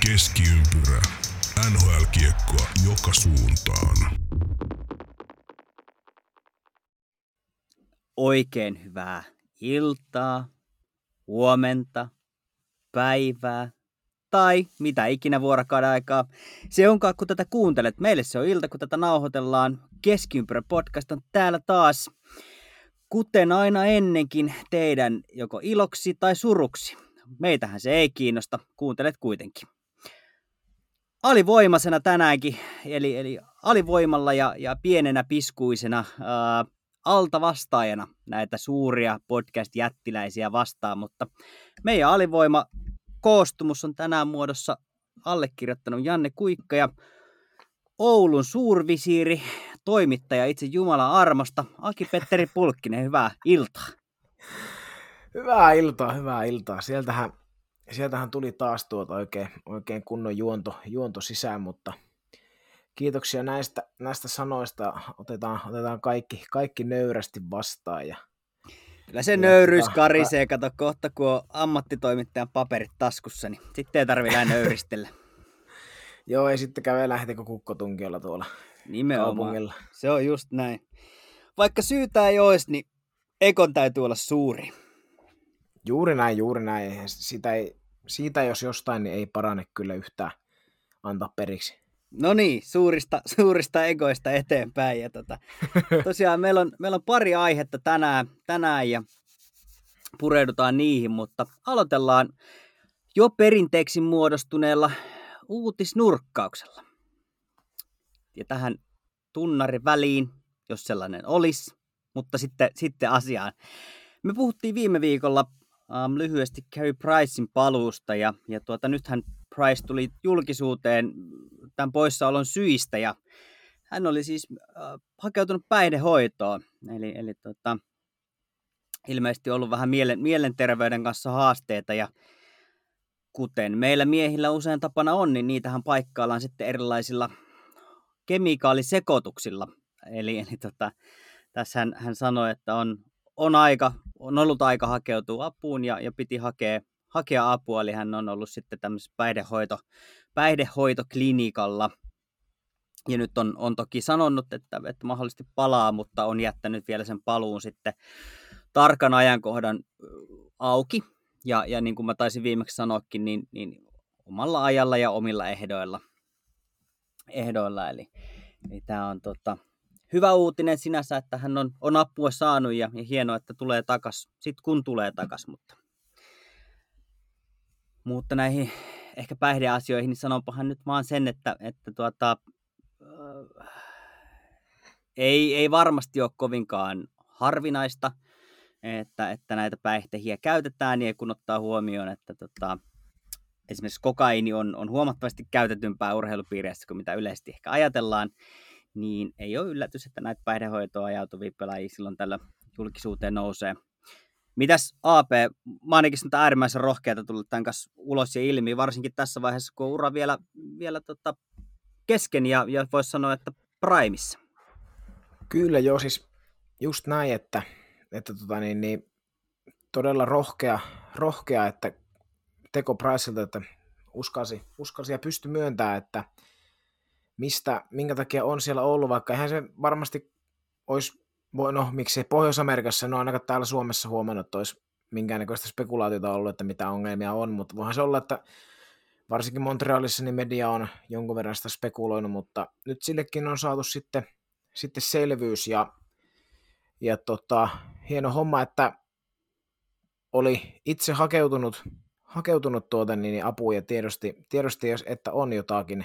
Keskiympyrä. NHL-kiekkoa joka suuntaan. Oikein hyvää iltaa, huomenta, päivää tai mitä ikinä vuorokauden aikaa. Se onkaan, kun tätä kuuntelet. Meille se on ilta, kun tätä nauhoitellaan. Keskiympyrä podcast on täällä taas. Kuten aina ennenkin, teidän joko iloksi tai suruksi. Meitähän se ei kiinnosta, kuuntelet kuitenkin. Alivoimaisena tänäänkin, eli alivoimalla ja pienenä piskuisena altavastaajana näitä suuria podcast-jättiläisiä vastaan, mutta meidän alivoima koostumus on tänään muodossa allekirjoittanut Janne Kuikka ja Oulun suurvisiiri, toimittaja itse Jumalan armosta, Aki-Petteri Pulkkinen, hyvää iltaa. Hyvää iltaa. Sieltähän tuli taas oikein kunnon juonto sisään, mutta kiitoksia näistä sanoista. Otetaan kaikki nöyrästi vastaan. Kyllä se nöyryys karisee, kato kohta kun on ammattitoimittajan paperit taskussa, niin sitten ei tarvitse enää nöyristellä. Joo, ei sitten kävellä heti kun kukkotunkiolla tuolla kaupungilla. Se on just näin. Vaikka syytä ei olisi, niin ekon täytyy olla suuri. Juuri näin. Siitä jos jostain, niin ei parane kyllä yhtään antaa periksi. No niin, suurista egoista eteenpäin. Ja tosiaan meillä on pari aihetta tänään ja pureudutaan niihin, mutta aloitellaan jo perinteeksi muodostuneella uutisnurkkauksella. Ja tähän tunnarin väliin, jos sellainen olisi, mutta sitten asiaan. Me puhuttiin viime viikolla lyhyesti Carey Pricein paluusta ja nythän Price tuli julkisuuteen tämän poissaolon syistä ja hän oli siis hakeutunut päihdehoitoon, eli ilmeisesti ollut vähän mielenterveyden kanssa haasteita ja kuten meillä miehillä usein tapana on, niin niitähän paikkaillaan sitten erilaisilla kemikaalisekoituksilla. Eli tässä hän sanoi, että on ollut aika hakeutua apuun ja piti hakea apua, eli hän on ollut sitten tämmöisessä päihdehoitoklinikalla. Ja nyt on toki sanonut, että mahdollisesti palaa, mutta on jättänyt vielä sen paluun sitten tarkan ajankohdan auki. Ja niin kuin mä taisin viimeksi sanoakin, niin omalla ajalla ja omilla ehdoilla. Eli tämä on hyvä uutinen sinänsä, että hän on apua saanut ja hienoa, että tulee takaisin, sitten kun tulee takaisin. Mutta näihin ehkä päihdeasioihin, niin sanonpahan nyt vaan sen, että ei varmasti ole kovinkaan harvinaista, että näitä päihteitä käytetään, ja kun ottaa huomioon, että esimerkiksi kokaini on huomattavasti käytetympää urheilupiireissä kuin mitä yleisesti ehkä ajatellaan, niin ei ole yllätys, että näitä päihdehoitoa ajautuvia pelaajia silloin tällä julkisuuteen nousee. Mitäs AP, mä ainakin sanotaan äärimmäisen rohkeata tulla tämän kanssa ulos ja ilmi, varsinkin tässä vaiheessa, kun on ura vielä kesken ja voisi sanoa, että primissa. Kyllä joo, siis just näin, että todella rohkea, että teko Priceilta, että uskalsi ja pystyi myöntämään, että minkä takia on siellä ollut, vaikka eihän se varmasti olisi, miksei Pohjois-Amerikassa, no ainakaan täällä Suomessa huomannut, että olisi minkäännäköistä spekulaatiota ollut, että mitä ongelmia on, mutta voihan se olla, että varsinkin Montrealissa niin media on jonkun verran sitä spekuloinut, mutta nyt sillekin on saatu sitten selvyys ja hieno homma, että oli itse hakeutunut apuun ja tiedosti, että on jotakin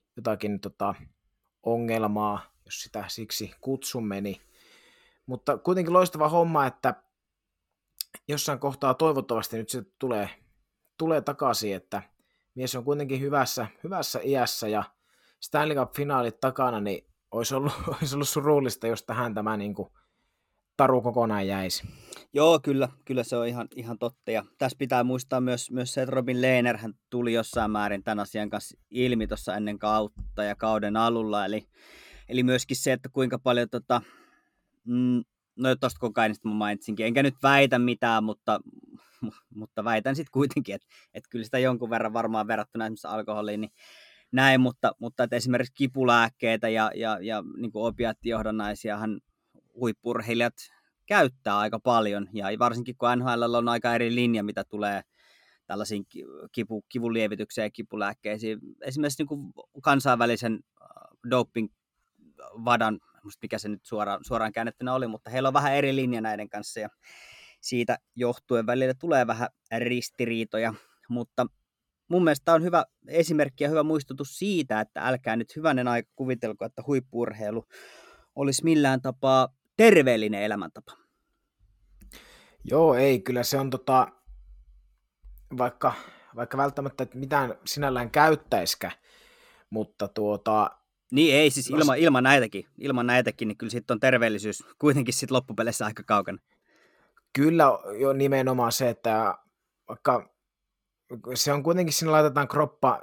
ongelmaa, jos sitä siksi kutsumme, mutta kuitenkin loistava homma, että jossain kohtaa toivottavasti nyt se tulee takaisin, että mies on kuitenkin hyvässä iässä ja Stanley Cup-finaalit takana, niin olisi ollut surullista, jos tähän tämä niin kuin taru kokonaan jäisi. Joo, kyllä se on ihan totta. Ja tässä pitää muistaa myös se, että Robin Lehner hän tuli jossain määrin tämän asian kanssa ilmi tuossa ennen kautta ja kauden alulla. Eli myöskin se, että kuinka paljon no tuosta kokainista mä mainitsinkin. Enkä nyt väitä mitään, mutta mutta väitän sitten kuitenkin, että kyllä sitä jonkun verran varmaan verrattuna esimerkiksi alkoholiin, niin näin, mutta että esimerkiksi kipulääkkeitä ja niin kuin opiaattijohdannaisiahan huippu-urheilijat käyttää aika paljon, ja varsinkin kun NHL on aika eri linja, mitä tulee tällaisiin kivun lievitykseen ja kipulääkkeisiin. Esimerkiksi niin kuin kansainvälisen doping-vadan, mikä se nyt suoraan käännettynä oli, mutta heillä on vähän eri linja näiden kanssa, ja siitä johtuen välillä tulee vähän ristiriitoja, mutta mun mielestä tämä on hyvä esimerkki ja hyvä muistutus siitä, että älkää nyt hyvänen aika kuvitelko, että huippu-urheilu olisi millään tapaa terveellinen elämäntapa. Joo, ei, kyllä se on vaikka välttämättä että mitään sinällään käyttäisikään, mutta Niin ei, siis ilman näitäkin, niin kyllä sitten on terveellisyys kuitenkin sitten loppupeleissä aika kaukana. Kyllä jo nimenomaan se, että vaikka se on kuitenkin, siinä laitetaan kroppa,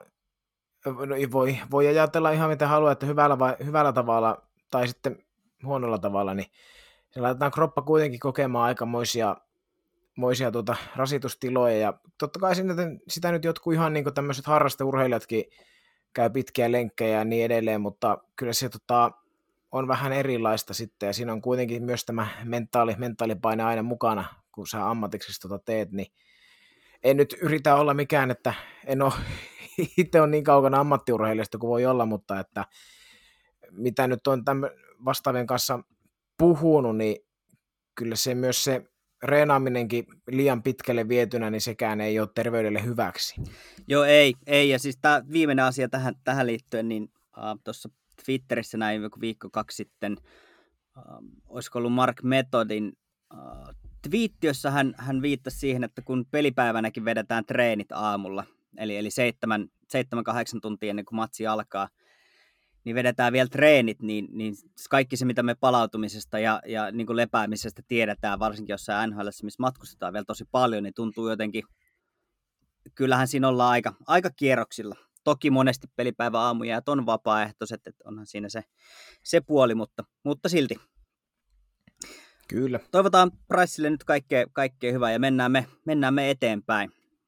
voi ajatella ihan mitä haluaa, että hyvällä tavalla tai sitten huonolla tavalla, niin se laitetaan kroppa kuitenkin kokemaan aikamoisia rasitustiloja, ja totta kai sitä nyt jotkut ihan niin kuin tämmöiset harrasteurheilijatkin käy pitkiä lenkkejä ja niin edelleen, mutta kyllä se on vähän erilaista sitten, ja siinä on kuitenkin myös tämä mentaalipaine aina mukana, kun sä ammatiksi teet, niin en nyt yritä olla mikään, että en ole itse on niin kaukana ammattiurheilijasta kuin voi olla, mutta että mitä nyt on vastaavien kanssa puhunut, niin kyllä se myös se reenaaminenkin liian pitkälle vietynä, niin sekään ei ole terveydelle hyväksi. Joo, ei. Ja siis tämä viimeinen asia tähän liittyen, niin tuossa Twitterissä näin joku viikko 2 sitten, olisiko ollut Mark Methodin twiitti, jossa hän viittasi siihen, että kun pelipäivänäkin vedetään treenit aamulla, eli 7-8 tuntia ennen kuin matsi alkaa, niin vedetään vielä treenit, niin kaikki se, mitä me palautumisesta ja niin kuin lepäämisestä tiedetään, varsinkin jossain NHL:ssä, missä matkustetaan vielä tosi paljon, niin tuntuu jotenkin, kyllähän siinä ollaan aika kierroksilla. Toki monesti pelipäivä aamujäät on vapaaehtoiset, että onhan siinä se puoli, mutta silti. Kyllä. Toivotaan Pricelle nyt kaikkea hyvää ja mennään me eteenpäin.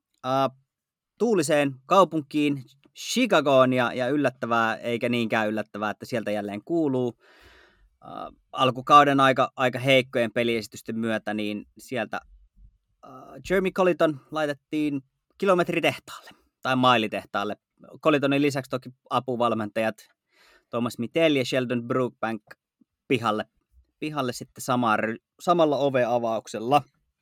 Tuuliseen kaupunkiin, Chicagoon ja yllättävää, eikä niinkään yllättävää, että sieltä jälleen kuuluu. Alkukauden aika heikkojen peliesitysten myötä, niin sieltä Jeremy Colliton laitettiin kilometritehtaalle tai mailitehtaalle. Collitonin lisäksi toki apuvalmentajat Thomas Mitell ja Sheldon Brookbank pihalle sitten samalla oveavauksella.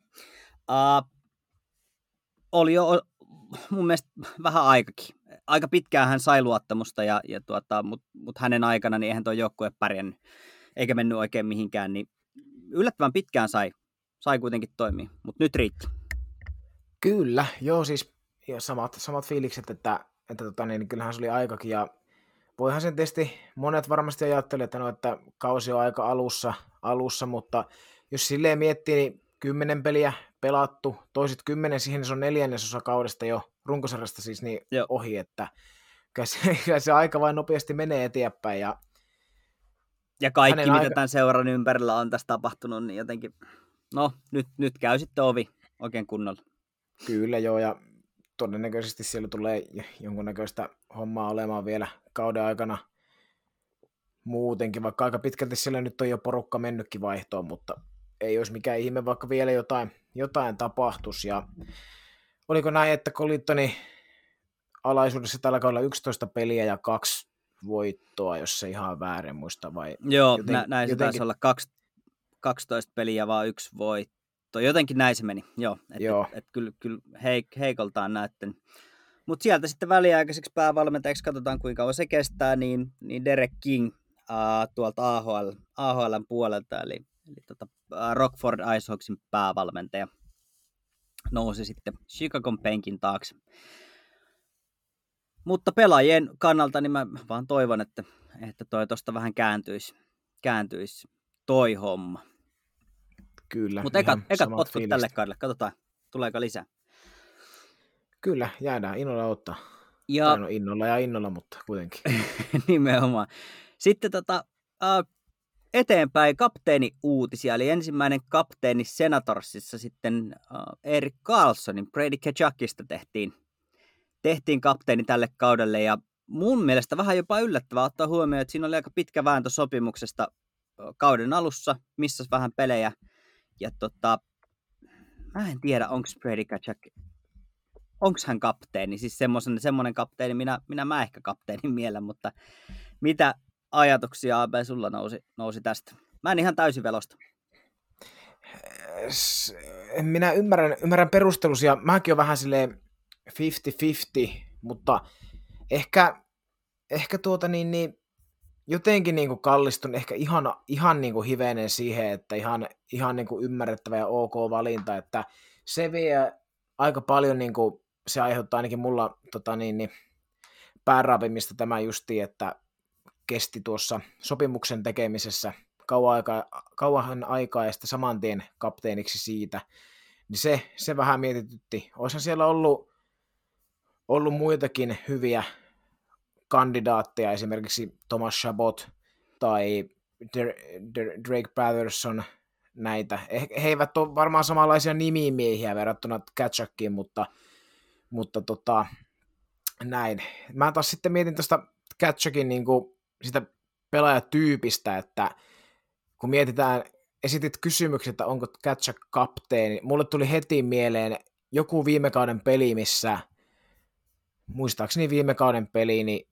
Oli jo mun mielestä vähän aikakin. Aika pitkään hän sai luottamusta, mutta hänen aikana niin eihän tuo joukkue pärjännyt, eikä mennyt oikein mihinkään, niin yllättävän pitkään sai kuitenkin toimia, mutta nyt riitti. Kyllä, joo siis ja samat fiilikset, että niin kyllähän se oli aikakin, ja voihan sen tietysti monet varmasti ajattelevat, että kausi on aika alussa, mutta jos silleen miettii, niin 10 peliä pelattu, toiset 10, siihen se on 4/4 kaudesta jo, runkosarjasta siis niin ohi, että kyllä se aika vain nopeasti menee eteenpäin. Ja kaikki, mitä tämän seuran ympärillä on tässä tapahtunut, niin jotenkin, no nyt käy sitten ovi oikein kunnolla. Kyllä joo, ja todennäköisesti siellä tulee jonkunnäköistä hommaa olemaan vielä kauden aikana muutenkin, vaikka aika pitkälti siellä nyt on jo porukka mennytkin vaihtoon, mutta ei olisi mikään ihme, vaikka vielä jotain tapahtuisi. Ja oliko näin, että Collitonin alaisuudessa tällä kaudella 11 peliä ja 2 voittoa, jos se ihan väärin muista? Vai joo, näin se taisi olla 12 peliä vaan 1 voitto. Jotenkin näin se meni, joo. Et kyllä heikoltaan näytten. Mutta sieltä sitten väliaikaiseksi päävalmentajaksi, katsotaan kuinka kauan se kestää, niin Derek King tuolta AHL:n puolelta, eli Rockford Icehawksin päävalmentaja, nousi sitten Chicagon penkin taakse. Mutta pelaajien kannalta niin mä vaan toivon, että tuosta vähän kääntyisi toi homma. Kyllä. Mutta ekat potkut tälle kaudelle, katsotaan, tuleeko lisää. Kyllä, jäädään innolla ottaa. Innolla, mutta kuitenkin. Nimenomaan. Sitten eteenpäin kapteeni-uutisia, eli ensimmäinen kapteeni Senatorsissa sitten Erik Karlssonin, Brady Tkachukista tehtiin kapteeni tälle kaudelle, ja mun mielestä vähän jopa yllättävää ottaa huomioon, että siinä oli aika pitkä vääntö sopimuksesta kauden alussa, missä vähän pelejä, ja mä en tiedä, onko Brady Tkachuk, onko hän kapteeni, siis semmoinen kapteeni, minä ehkä kapteenin mielen, mutta mitä ajatuksia AB sulla nousi tästä? Mä en ihan täysin velosta. Minä ymmärrän perustelusia, ja mäkin olen vähän silleen 50-50, mutta ehkä jotenkin niin kuin kallistun, ehkä ihan niin kuin hivenen siihen, että ihan niin kuin ymmärrettävä ja ok valinta, että se vie aika paljon, niin kuin, se aiheuttaa ainakin mulla pääraapimista tämä justiin, että kesti tuossa sopimuksen tekemisessä kauan aikaa ja sitten saman tien kapteeniksi siitä, niin se vähän mietitytti. Olisihan siellä ollut muitakin hyviä kandidaatteja, esimerkiksi Thomas Chabot tai Drake Patterson, näitä. He eivät ole varmaan samanlaisia nimimiehiä verrattuna Tkachukiin, mutta näin. Mä taas sitten mietin tuosta Tkachukin niin kuin sitä pelaajatyypistä, että kun mietitään, esitit kysymyksen, että onko Tkachuk kapteeni, mulle tuli heti mieleen joku viime kauden peli, muistaakseni viime kauden peli, niin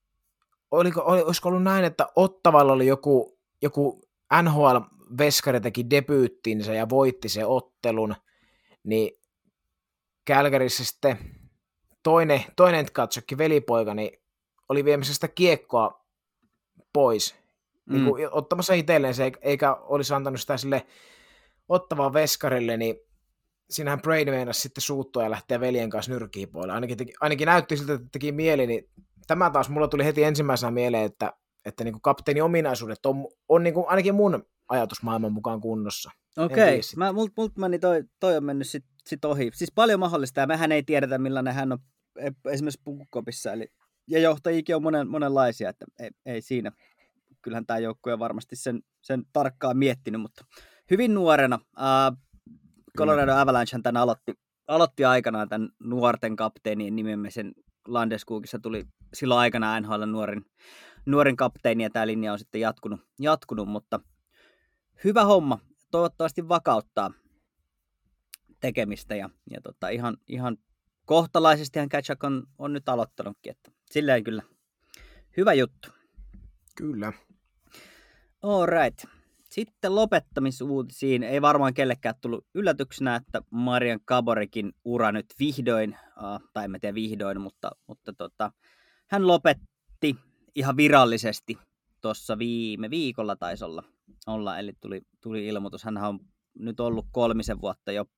olisiko ollut näin, että Ottavalla oli joku NHL-veskari teki debyyttinsä ja voitti sen ottelun, niin Calgaryssa sitten toinen Tkachukki, velipoika, niin oli viemässä sitä kiekkoa pois, niin kuin ottamassa itselleen se, eikä olisi antanut sitä sille Ottavan veskarille, niin siinähän Brady meinasi sitten suuttua ja lähteä veljen kanssa nyrkkiin puolelle. Ainakin näytti siltä, että teki mieli, niin tämä taas mulla tuli heti ensimmäisenä mieleen, että niin kuin kapteenin ominaisuudet on niin kuin ainakin mun ajatusmaailman mukaan kunnossa. Okei, multa meni toi on mennyt sit ohi. Siis paljon mahdollista, ja mehän ei tiedetä, millainen hän on esimerkiksi Pukukopissa, ja johtajikin on monenlaisia, että ei siinä. Kyllähän tämä joukkue on varmasti sen tarkkaan miettinyt, mutta hyvin nuorena. Colorado Avalanche tämän aloitti aikanaan tämän nuorten kapteenien nimemmisen. Landeskogissa tuli silloin aikana NHL nuorin kapteeni, ja tämä linja on sitten jatkunut, mutta hyvä homma. Toivottavasti vakauttaa tekemistä, ja ihan kohtalaisestihan Tkachuk on nyt aloittanutkin, että silleen kyllä hyvä juttu. Kyllä. All right. Sitten lopettamisuutisiin ei varmaan kellekään tullut yllätyksenä, että Marian Gaborikin ura nyt vihdoin, tai en tiedä vihdoin, mutta hän lopetti ihan virallisesti tuossa viime viikolla taisi olla, eli tuli ilmoitus. Hän on nyt ollut 3 vuotta jo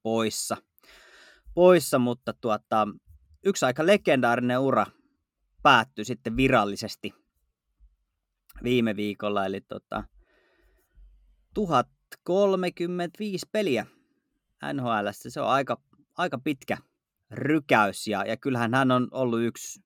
poissa, mutta yksi aika legendaarinen ura päättyi sitten virallisesti viime viikolla, eli 1035 peliä NHL:ssä. Se on aika pitkä rykäys, ja kyllähän hän on ollut yksi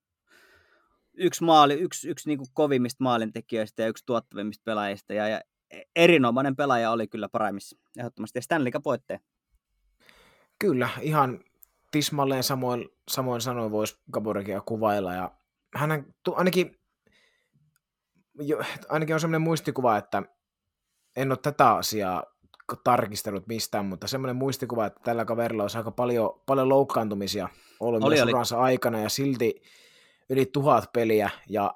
niin kuin kovimmista maalintekijöistä ja yksi tuottavimmista pelaajista, ja erinomainen pelaaja oli kyllä Primeissa ehdottomasti, ja Stanley Cup voittaja. Kyllä, ihan tismalleen samoin sanoin voisi Gaborikia kuvailla, ja hän ainakin on sellainen muistikuva, että en ole tätä asiaa tarkistanut mistään, mutta semmoinen muistikuva, että tällä kaverilla olisi aika paljon loukkaantumisia ollut myös uransa aikana, ja silti yli 1000 peliä, ja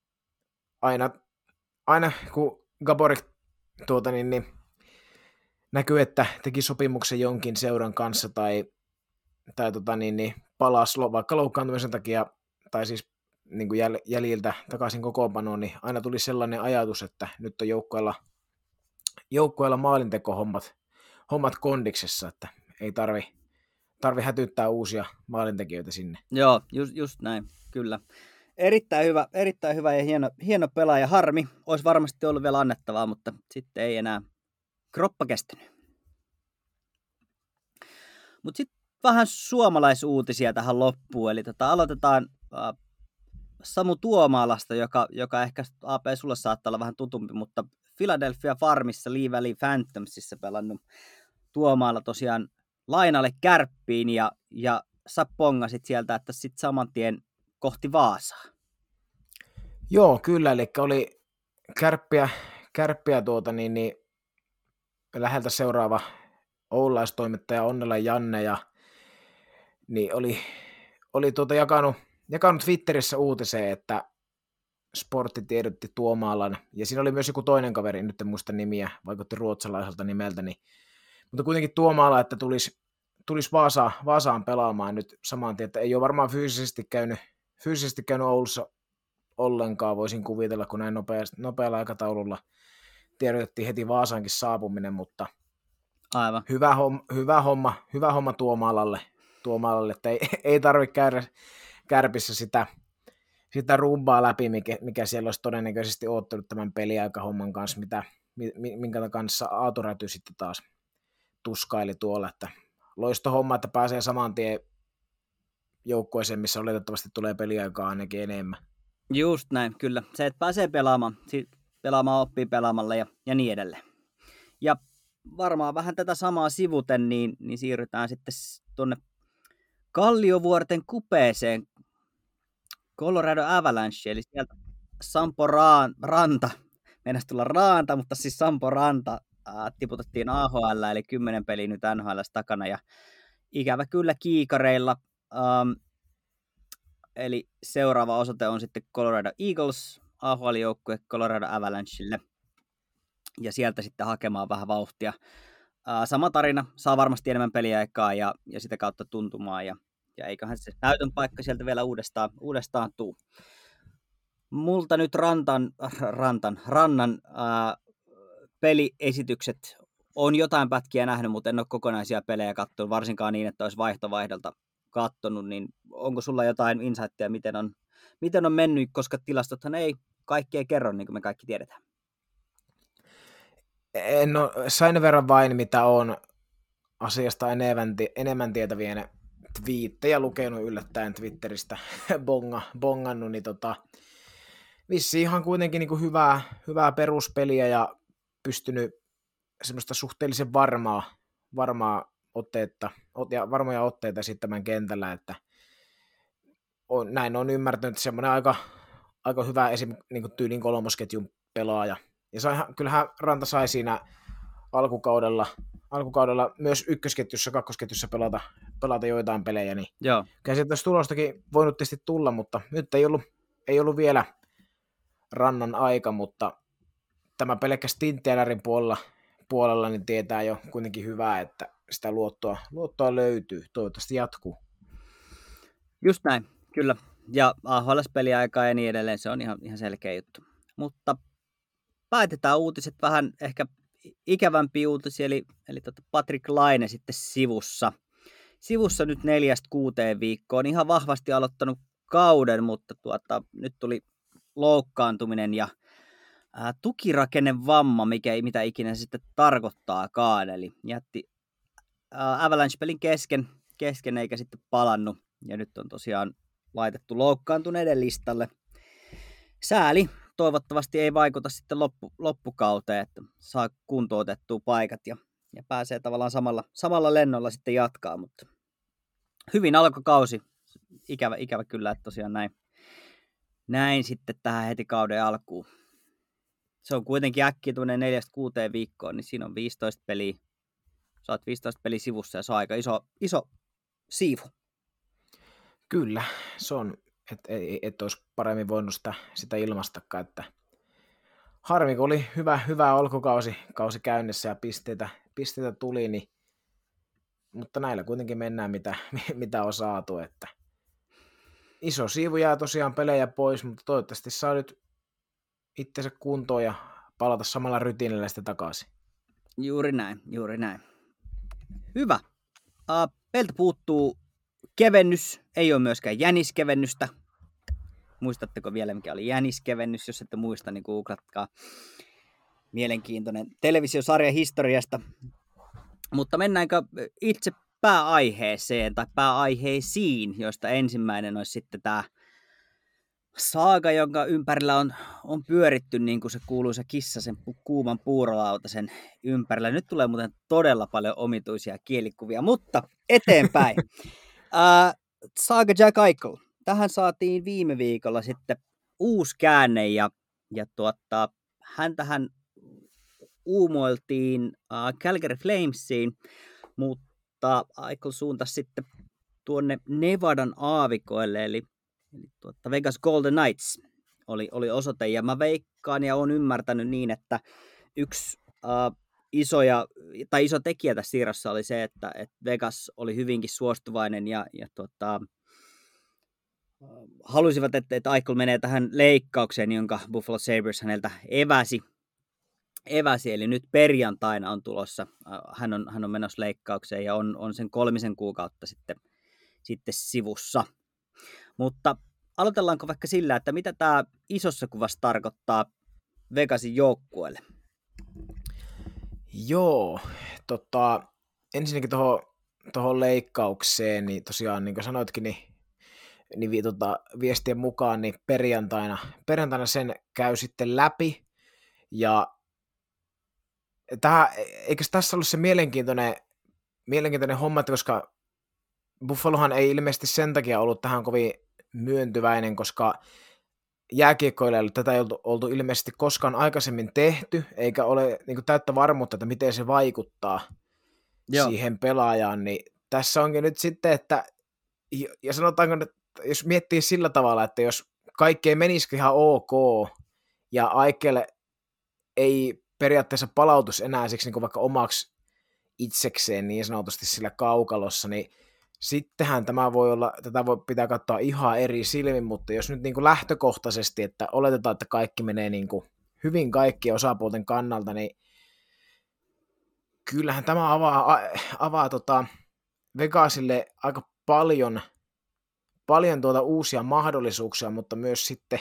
aina kun Gaborik niin näkyy, että teki sopimuksen jonkin seuran kanssa tai palasi vaikka loukkaantumisen takia, tai siis niin kuin jäljiltä takaisin kokoonpanoon, niin aina tuli sellainen ajatus, että nyt on joukkueella maalintekohommat kondiksessa, että ei tarvi hätyttää uusia maalintekijöitä sinne. Joo, just näin, kyllä. Erittäin hyvä ja hieno pelaaja. Harmi, olisi varmasti ollut vielä annettavaa, mutta sitten ei enää kroppa kestänyt. Mutta sitten vähän suomalaisuutisia tähän loppuun, eli aloitetaan Samu Tuomaalasta, joka ehkä AP sulle saattaa olla vähän tutumpi, mutta Philadelphia Farmissa Lee Valley Phantomsissa pelannut Tuomaala tosiaan lainalle Kärppiin ja sä pongasit sieltä, että sitten saman tien kohti Vaasaa. Joo, kyllä, eli oli Kärppiä läheltä seuraava oululaistoimittaja Onnela Janne ja niin oli jakanut Twitterissä uutiseen, että Sportti tiedotti Tuomaalan, ja siinä oli myös joku toinen kaveri, nyt en muista nimiä, vaikutti ruotsalaiselta nimeltä, mutta kuitenkin Tuomaala, että tulisi Vaasaan pelaamaan nyt saman tien, että ei ole varmaan fyysisesti käynyt Oulussa ollenkaan, voisin kuvitella, kun näin nopealla aikataululla tiedotettiin heti Vaasaankin saapuminen, mutta aivan. Hyvä homma Tuomaalalle, että ei tarvitse käydä Kärpissä sitä rumbaa läpi, mikä siellä olisi todennäköisesti oottanut tämän peliaikahomman kanssa, minkä kanssa Aatu Räty sitten taas tuskaili tuolla, että loisto homma, että pääsee saman tien joukkueeseen, missä oletettavasti tulee peliaikaa ainakin enemmän. Just näin, kyllä. Se, että pääsee pelaamaan oppii pelaamalla ja niin edelleen. Ja varmaan vähän tätä samaa sivuten, niin siirrytään sitten tuonne Kalliovuorten kupeeseen, Colorado Avalanche, eli sieltä Sampo Ranta, meinasi tulla Raanta, mutta siis Sampo Ranta tiputettiin AHL, eli 10 peliä nyt NHL takana, ja ikävä kyllä kiikareilla, eli seuraava osoite on sitten Colorado Eagles, AHL-joukkue Colorado Avalanchelle, ja sieltä sitten hakemaan vähän vauhtia. Sama tarina, saa varmasti enemmän peliaikaa ja sitä kautta tuntumaan, ja eiköhän se näytön paikka sieltä vielä uudestaan tuu. Multa nyt Rannan peliesitykset on jotain pätkiä nähnyt, mutta en ole kokonaisia pelejä katsonut, varsinkaan niin, että olisi vaihtovaihdolta katsonut, niin onko sulla jotain insightia, miten on mennyt, koska tilastothan ei kaikkea kerro, niin kuin me kaikki tiedetään. No, sain verran vain, mitä on asiasta enemmän tietävien twiittejä lukenut yllättäen Twitteristä bongannut, niin vissiin ihan kuitenkin niin kuin hyvää peruspeliä ja pystynyt semmoista suhteellisen varmaa varmoja otteita esittämään kentällä, että näin on ymmärtänyt, että semmoinen aika hyvä esim. Niin kuin tyylin kolmosketjun pelaaja. Ja kyllähän Ranta sai siinä alkukaudella myös ykkösketjussa, kakkosketjussa pelata joitain pelejä, niin joo. Kyllä sieltä olisi tulostakin voinut tietysti tulla, mutta nyt ei ollut vielä Rannan aika, mutta tämä pelkkä Stinttielärin puolella niin tietää jo kuitenkin hyvää, että sitä luottoa löytyy, toivottavasti jatkuu. Just näin, kyllä. Ja AHL-peliaikaa ja niin edelleen, se on ihan selkeä juttu. Mutta päätetään uutiset vähän ehkä ikävämpiä uutisia, eli Patrik Laine sitten sivussa nyt 4-6 viikkoon. Ihan vahvasti aloittanut kauden, mutta nyt tuli loukkaantuminen ja tukirakennevamma, mitä ikinä se sitten tarkoittaakaan. Eli jätti Avalanche-pelin kesken eikä sitten palannut. Ja nyt on tosiaan laitettu loukkaantuneiden listalle. Sääli. Toivottavasti ei vaikuta sitten loppukauteen, että saa kuntoutettua paikat ja pääsee tavallaan samalla lennolla sitten jatkaa, mutta hyvin alkoi kausi. Ikävä kyllä, että tosiaan näin sitten tähän heti kauden alkuun. Se on kuitenkin äkkiä tuonne 4-6 viikkoon, niin siinä on 15 peliä. Sä oot 15 peliä sivussa ja se on aika iso siivu. Kyllä, se on. Että olisi paremmin voinut sitä ilmastakaan, että harmi, kun oli hyvä alkukausi käynnissä ja pisteitä tuli, niin, mutta näillä kuitenkin mennään mitä on saatu, että iso siivu jää tosiaan pelejä pois, mutta toivottavasti saa nyt itsensä kuntoon ja palata samalla rytiinillä sitten takaisin. Juuri näin. Hyvä. Meiltä puuttuu kevennys, ei ole myöskään jäniskevennystä. Muistatteko vielä, mikä oli jäniskevennys? Jos ette muista, niin googlatkaa. Mielenkiintoinen televisiosarja historiasta. Mutta mennäänkö itse pääaiheeseen tai pääaiheisiin, joista ensimmäinen olisi sitten tämä saaga, jonka ympärillä on pyöritty niin kuin se kuuluisa kissa sen kuuman puurolautasen ympärillä. Nyt tulee muuten todella paljon omituisia kielikuvia, mutta eteenpäin. Saaga Jack Eichel. Tähän saatiin viime viikolla sitten uusi käänne ja häntähän uumoiltiin Calgary Flamesiin, mutta Eichel suuntasi sitten tuonne Nevadan aavikoille, eli Vegas Golden Knights oli osoite, ja mä veikkaan ja olen ymmärtänyt niin, että yksi iso tekijä tässä siirrossa oli se, että Vegas oli hyvinkin suostuvainen ja halusivat, että Eichel menee tähän leikkaukseen, jonka Buffalo Sabres häneltä eväsi, eli nyt perjantaina on tulossa, hän on menossa leikkaukseen ja on sen 3 kuukautta sitten sivussa. Mutta aloitellaanko vaikka sillä, että mitä tämä isossa kuvassa tarkoittaa Vegasin joukkueelle? Joo, ensinnäkin tuohon leikkaukseen, niin tosiaan niin kuin sanoitkin, niin viestien mukaan niin perjantaina sen käy sitten läpi, ja eikö tässä ollut se mielenkiintoinen homma, koska Buffalohan ei ilmeisesti sen takia ollut tähän kovin myöntyväinen, koska jääkiekkoilijalle tätä ei oltu ilmeisesti koskaan aikaisemmin tehty, eikä ole niin kuin täyttä varmuutta, että miten se vaikuttaa siihen pelaajaan, niin tässä onkin nyt sitten, että ja sanotaanko, että jos miettii sillä tavalla, että jos kaikki ei menisi ihan ok, ja Aikelle ei periaatteessa palautus enää siksi niin kuin vaikka omaksi itsekseen niin sanotusti sillä kaukalossa, niin sittenhän tätä pitää katsoa ihan eri silmin, mutta jos nyt niin kuin lähtökohtaisesti, että oletetaan, että kaikki menee niin kuin hyvin kaikkien osapuolten kannalta, niin kyllähän tämä avaa Vegasille aika paljon uusia mahdollisuuksia, mutta myös sitten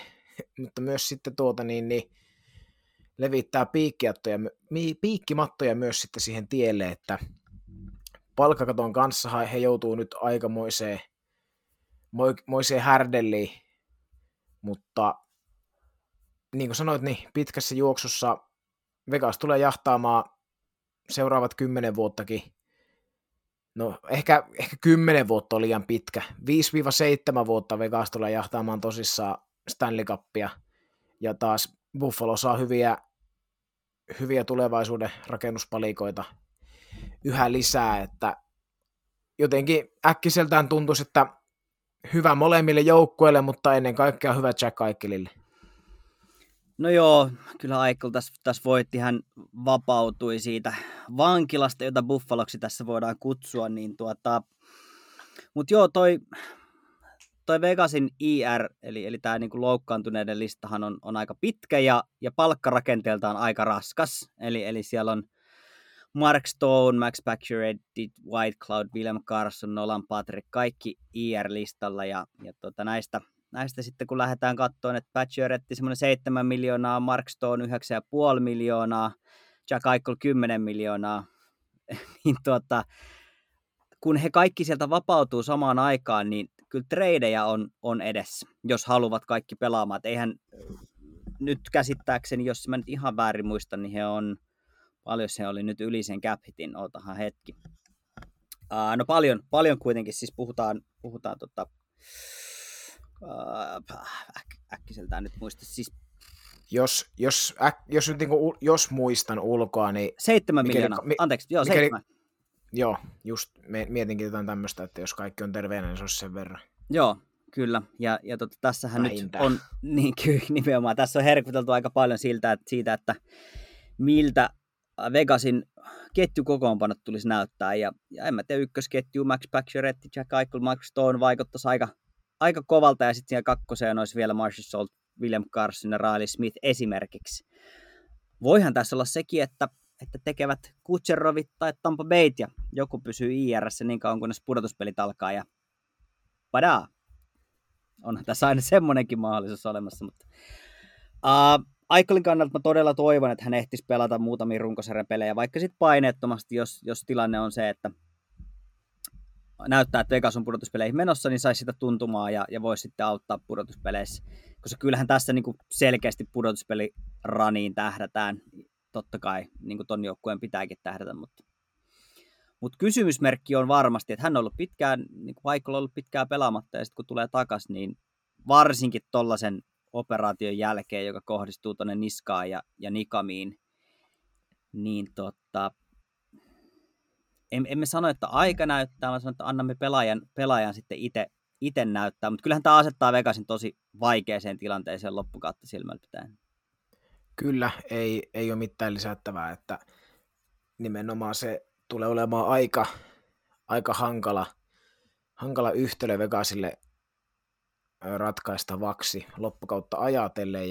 levittää piikkimattoja myös sitten siihen tielle, että palkkakaton kanssa he joutuu nyt aikamoiseen härdelliin, mutta niin kuin sanoit, niin pitkässä juoksussa Vegas tulee jahtaamaan seuraavat 10 vuottakin. No ehkä 10 vuotta on liian pitkä. 5-7 vuotta Vegas tulee jahtaamaan tosissaan Stanley Cupia, ja taas Buffalo saa hyviä tulevaisuuden rakennuspalikoita yhä lisää, että jotenkin äkkiseltään tuntuisi, että hyvä molemmille joukkueille, mutta ennen kaikkea hyvä Jack Eichelille. No joo, kyllä Eichel tässä voitti, hän vapautui siitä vankilasta, jota Buffaloksi tässä voidaan kutsua, niin mutta joo, toi Vegasin IR, eli tämä niinku loukkaantuneiden listahan on aika pitkä ja palkkarakenteeltaan aika raskas, eli siellä on Mark Stone, Max Pacioretty, Whitecloud, William Carson, Nolan Patrick, kaikki IR-listalla, ja näistä sitten kun lähdetään katsomaan, että Pacioretty semmoinen 7 miljoonaa, Mark Stone 9,5 miljoonaa, Jack Eichel 10 miljoonaa, niin kun he kaikki sieltä vapautuu samaan aikaan, niin kyllä tradeja on edessä, jos haluavat kaikki pelaamaan. Et eihän nyt käsittääkseni, jos mä nyt ihan väärin muistan, niin he on, paljon se oli nyt yli sen cap hitin, ootahan hetki. No paljon kuitenkin, siis puhutaan äkkiseltään nyt muista, siis jos nyt niinku, jos muistan ulkoa, niin 7 miljoonaa, anteeksi, joo, 7. Joo, just mietinkin jotain tämmöistä, että jos kaikki on terveenä, niin se olisi sen verran. Joo, kyllä. Ja tässähän vähintään. Nyt on, niin kyllä nimenomaan, tässä on herkuteltu aika paljon siitä, että miltä Vegasin ketjukokoonpanot tulisi näyttää. Ja en mä tiedä, ykkösketju, Max Pacioretty, Jack Eichel, Mark Stone vaikuttaisi aika kovalta, ja sitten siellä kakkoseen olisi vielä Marshall Salt, William Carson ja Riley Smith esimerkiksi. Voihan tässä olla sekin, että tekevät Kutserovit tai Tampa Bayt ja joku pysyy IR:ssä niin kauan, kunnes pudotuspelit alkaa, ja padaa. On tässä aina semmoinenkin mahdollisuus olemassa, mutta Eichelin kannalta mä todella toivon, että hän ehtisi pelata muutamia runkosarjapelejä, vaikka sitten paineettomasti, jos tilanne on se, että näyttää, että Vegas on pudotuspeleihin menossa, niin saisi sitä tuntumaa ja voisi sitten auttaa pudotuspeleissä koska kyllähän tässä niin kuin selkeästi pudotuspeliraniin tähdätään, totta kai niin kuin ton joukkueen pitääkin tähdätä, mutta kysymysmerkki on varmasti, että hän on ollut pitkään, niin kuin Vaikkola on ollut pitkään pelaamatta, ja sitten kun tulee takaisin, niin varsinkin tollaisen operaation jälkeen, joka kohdistuu tuonne niskaan ja nikamiin, niin emme sano, että aika näyttää, vaan sano, että annamme pelaajan sitten itse näyttää, mutta kyllähän tämä asettaa Vegasin tosi vaikeaseen tilanteeseen loppukautta silmällä pitäen. Kyllä, ei ole mitään lisättävää, että nimenomaan se tulee olemaan aika hankala yhtälö Vegasille ratkaistavaksi loppukautta ajatellen,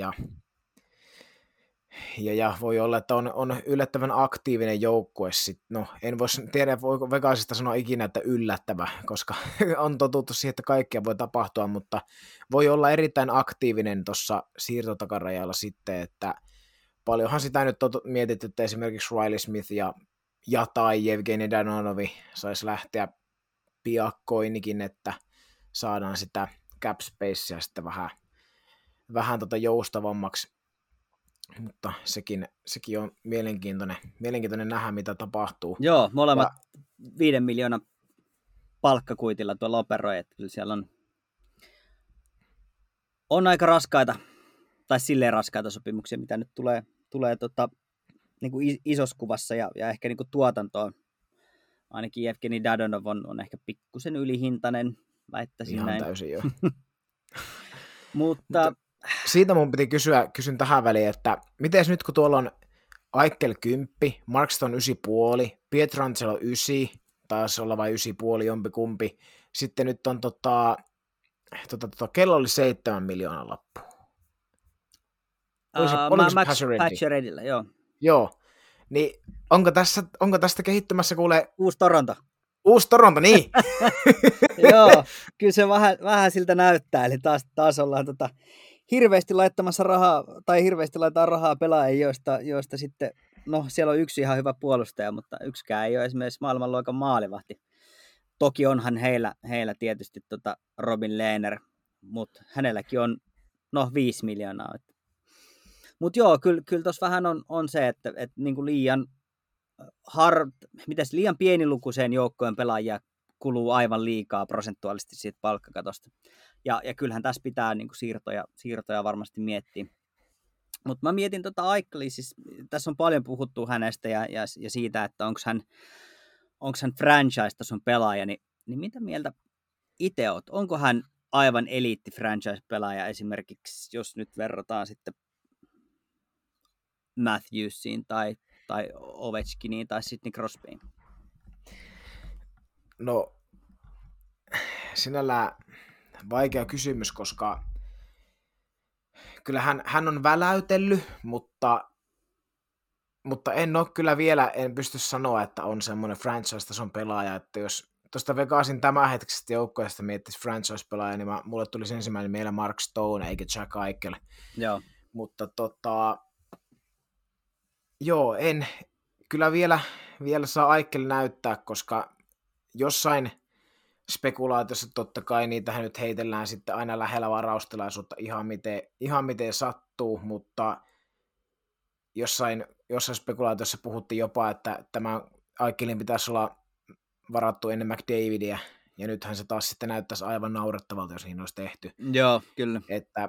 ja voi olla, että on yllättävän aktiivinen joukkue. No, en voisi tiedä, voiko Vegasista sanoa ikinä, että yllättävä, koska on totuttu siihen, että kaikkea voi tapahtua, mutta voi olla erittäin aktiivinen tuossa siirtotakarajalla sitten, että paljonhan sitä nyt on mietitty, että esimerkiksi Riley Smith ja tai Jevgeni Danonovi saisi lähteä piakkoinikin, että saadaan sitä cap spacea sitten vähän joustavammaksi, mutta sekin on mielenkiintoinen nähdä, mitä tapahtuu. Joo, molemmat 5 miljoonan palkkakuitilla tuolla operoi, että kyllä siellä on aika raskaita, tai silleen raskaita sopimuksia, mitä nyt tulee niin kuin isossa kuvassa ja ehkä niin kuin tuotantoon. Ainakin Jevgeni Dadonov on ehkä pikkusen ylihintainen, väittäisin ihan näin. Täysin joo. Mutta siitä mun piti kysyn tähän väliin, että miten nyt kun tuolla on Aikel 10, Markstone 9,5, Pietrangelo 9, taisi olla vain 9,5 jompikumpi, sitten nyt on kello oli 7 miljoonan lappu. Max Paciorettyllä, joo. Joo, niin onko tästä kehittymässä kuule... Uusi Toronto. Uusi Toronto, niin. Joo, kyllä se vähän siltä näyttää, eli taas ollaan hirveästi laittamassa rahaa, tai hirveästi laitetaan rahaa pelaajia, joista sitten, no siellä on yksi ihan hyvä puolustaja, mutta yksikään ei ole esimerkiksi maailmanluokan maalivahti. Toki onhan heillä tietysti Robin Lehner, mutta hänelläkin on 5 miljoonaa. Mutta joo, kyllä tuossa vähän on se, että niinku liian pienilukuiseen joukkojen pelaajia kuluu aivan liikaa prosentuaalisesti siitä palkkakatosta. Ja kyllähän tässä pitää niinku siirtoja varmasti miettiä. Mutta mä mietin Aikelia, siis tässä on paljon puhuttu hänestä ja siitä, että onko hän franchise-tason pelaaja, niin mitä mieltä itse oot? Onko hän aivan eliitti franchise-pelaaja esimerkiksi, jos nyt verrataan sitten Matthewsiin tai Ovechkiniin tai Sidney Crosbyin? No, sinällään vaikea kysymys, koska kyllä hän on väläytellyt, mutta en ole kyllä vielä, en pysty sanoa, että on semmoinen franchise-tason pelaaja, että jos tuosta Vegasin tämänhetkisestä joukkueesta miettisi franchise-pelaaja, niin mulle tulisi ensimmäinen mieleen Mark Stone eikä Jack Eichel. Joo. Mutta joo, en kyllä vielä saa Eichel näyttää, koska jossain spekulaatiossa totta kai niitähän nyt heitellään sitten aina lähellä varaustilaisuutta ihan miten sattuu, mutta jossain spekulaatiossa puhuttiin jopa, että tämä Eichelin pitäisi olla varattu ennen McDavidia, ja nythän se taas sitten näyttäisi aivan naurettavalta, jos niin olisi tehty. Joo, kyllä. Että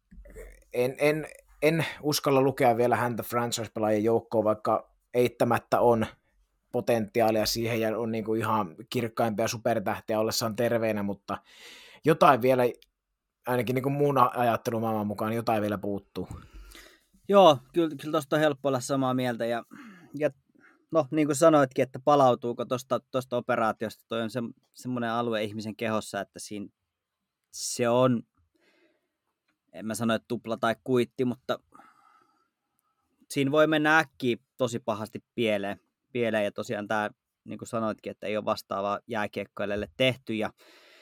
en uskalla lukea vielä häntä franchise-pelaajien joukkoon, vaikka eittämättä on potentiaalia siihen ja on niin kuin ihan kirkkaimpia supertähtiä ollessaan terveenä, mutta jotain vielä, ainakin niin kuin muun ajattelumaailman mukaan, jotain vielä puuttuu. Joo, kyllä tuosta on helppo olla samaa mieltä ja no niin kuin sanoitkin, että palautuuko tuosta operaatiosta, toi on semmoinen alue ihmisen kehossa, että siinä se on, en mä sano, että tupla tai kuitti, mutta siinä voi mennä äkkiä tosi pahasti pieleen ja tosiaan tämä, niin kuin sanoitkin, että ei ole vastaavaa jääkiekkoilijalle tehty ja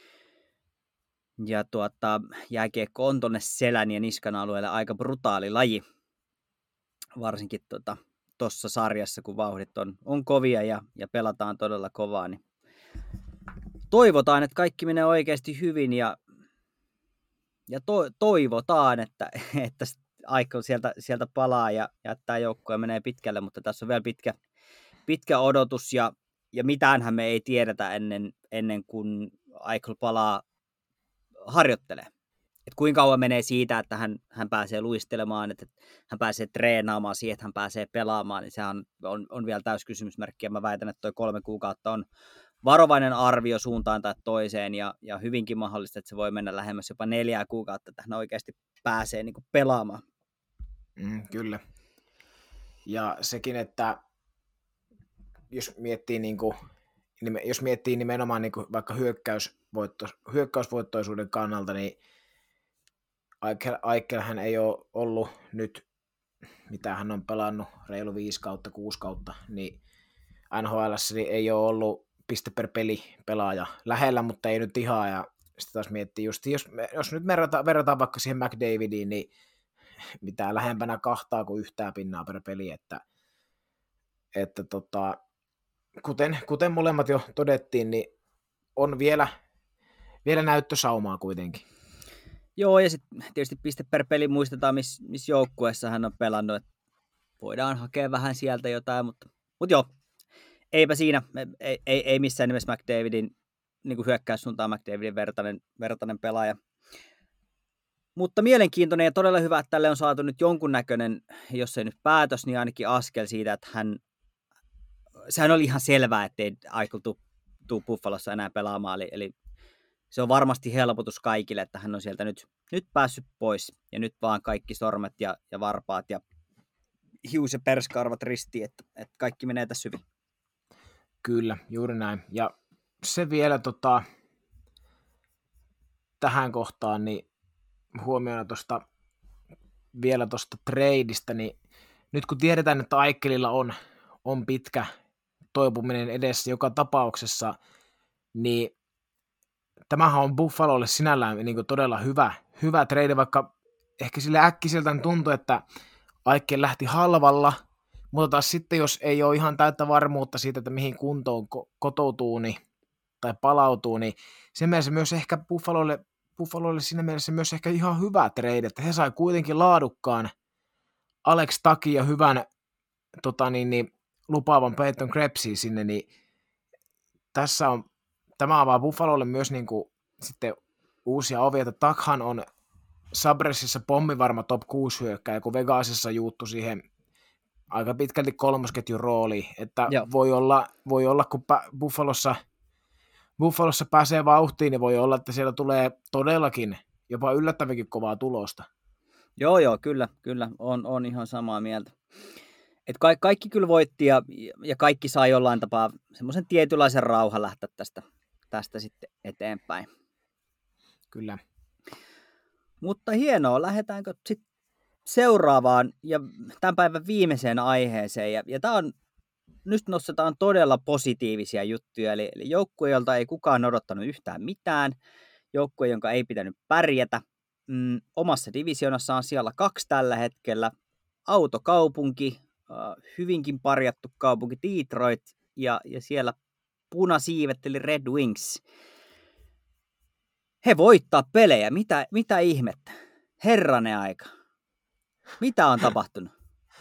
jääkiekko on tuonne selän ja niskan alueelle aika brutaali laji, varsinkin tuossa sarjassa, kun vauhdit on kovia ja pelataan todella kovaa, niin toivotaan, että kaikki menee oikeasti hyvin ja toivotaan, että Eichel sieltä palaa ja jättää joukkoja menee pitkälle, mutta tässä on vielä pitkä odotus ja mitäänhän me ei tiedetä ennen kuin Eichel palaa harjoittelee. Et kuinka kauan menee siitä, että hän pääsee luistelemaan, että hän pääsee treenaamaan siihen, että hän pääsee pelaamaan, niin sehän on vielä täys kysymysmerkki. Ja mä väitän, että toi 3 kuukautta on varovainen arvio suuntaan tai toiseen, ja hyvinkin mahdollista, että se voi mennä lähemmäs jopa 4 kuukautta, että hän oikeasti pääsee niin kuin pelaamaan. Kyllä. Ja sekin, että jos miettii nimenomaan niin kuin vaikka hyökkäysvoittoisuuden kannalta, niin Eichelhän ei ole ollut nyt, mitä hän on pelannut, reilu 5 kautta, 6 kautta, niin NHL:ssä niin ei ole ollut piste per peli pelaaja lähellä, mutta ei nyt ihan, ja sitten taas miettii just, jos nyt verrataan vaikka siihen McDavidiin, niin mitä lähempänä 2 kuin 1 pinnaa per peli, että kuten molemmat jo todettiin, niin on vielä näyttösaumaa kuitenkin. Joo, ja sitten tietysti piste per peli muistetaan, missä joukkueessa hän on pelannut, että voidaan hakea vähän sieltä jotain, mutta joo, eipä siinä, ei missään nimessä McDavidin niin kuin hyökkäyssuuntaan McDavidin vertainen pelaaja. Mutta mielenkiintoinen ja todella hyvä, että tälle on saatu nyt jonkunnäköinen, jos ei nyt päätös, niin ainakin askel siitä, että sehän oli ihan selvää, ettei Eichel tuu Buffalossa enää pelaamaan, eli se on varmasti helpotus kaikille, että hän on sieltä nyt päässyt pois, ja nyt vaan kaikki sormet ja varpaat ja hius- ja perskarvat ristiin, että kaikki menee tässä hyvin. Kyllä, juuri näin. Ja se vielä tähän kohtaan, niin huomioina vielä tuosta tradeista, niin nyt kun tiedetään, että Eichelillä on pitkä toipuminen edessä joka tapauksessa, niin tämähän on Buffalolle sinällään niin kuin todella hyvä trade, vaikka ehkä sille äkkiseltä tuntuu, että Eichel lähti halvalla, mutta taas sitten, jos ei ole ihan täyttä varmuutta siitä, että mihin kuntoon kotoutuu tai palautuu, niin sen mielessä myös ehkä Buffalolle siinä mielessä myös ehkä ihan hyvä trade, että he sai kuitenkin laadukkaan Alex Takin ja hyvän lupaavan Peyton Krebsin sinne, niin tämä avaa Buffalolle myös niin kuin sitten uusia ovia, että Takhan on Sabressissa pommivarma top 6 hyökkääjä, kun Vegasissa juuttu siihen aika pitkälti kolmosketjun rooliin, että voi olla kun Buffalossa pääsee vauhtiin, niin voi olla, että siellä tulee todellakin jopa yllättävinkin kovaa tulosta. Joo, kyllä, on ihan samaa mieltä. Et kaikki kyllä voitti ja kaikki sai jollain tapaa semmoisen tietynlaisen rauhan lähteä tästä sitten eteenpäin. Kyllä. Mutta hienoa, lähdetäänkö sitten seuraavaan ja tämän päivän viimeiseen aiheeseen. Ja tämä on, nyt nostetaan todella positiivisia juttuja, eli joukkue, jolta ei kukaan odottanut yhtään mitään, joukkue, jonka ei pitänyt pärjätä, omassa divisionassaan siellä 2 tällä hetkellä, autokaupunki, hyvinkin parjattu kaupunki Detroit, ja siellä punasiivet eli Red Wings. He voittaa pelejä, mitä ihmettä? Herranen aika. Mitä on tapahtunut?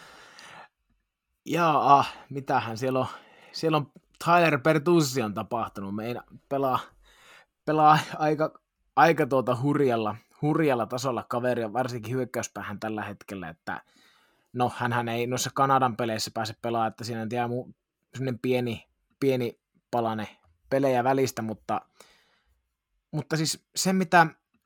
Mitähän siellä on Tyler Bertuzzi on tapahtunut. Meidän pelaa aika hurjalla tasolla kaveria, varsinkin hyökkäyspäähän tällä hetkellä, että no hänhän ei noissa Kanadan peleissä pääse pelaamaan, että siinä on sellainen pieni palane pelejä välistä, mutta siis se mitä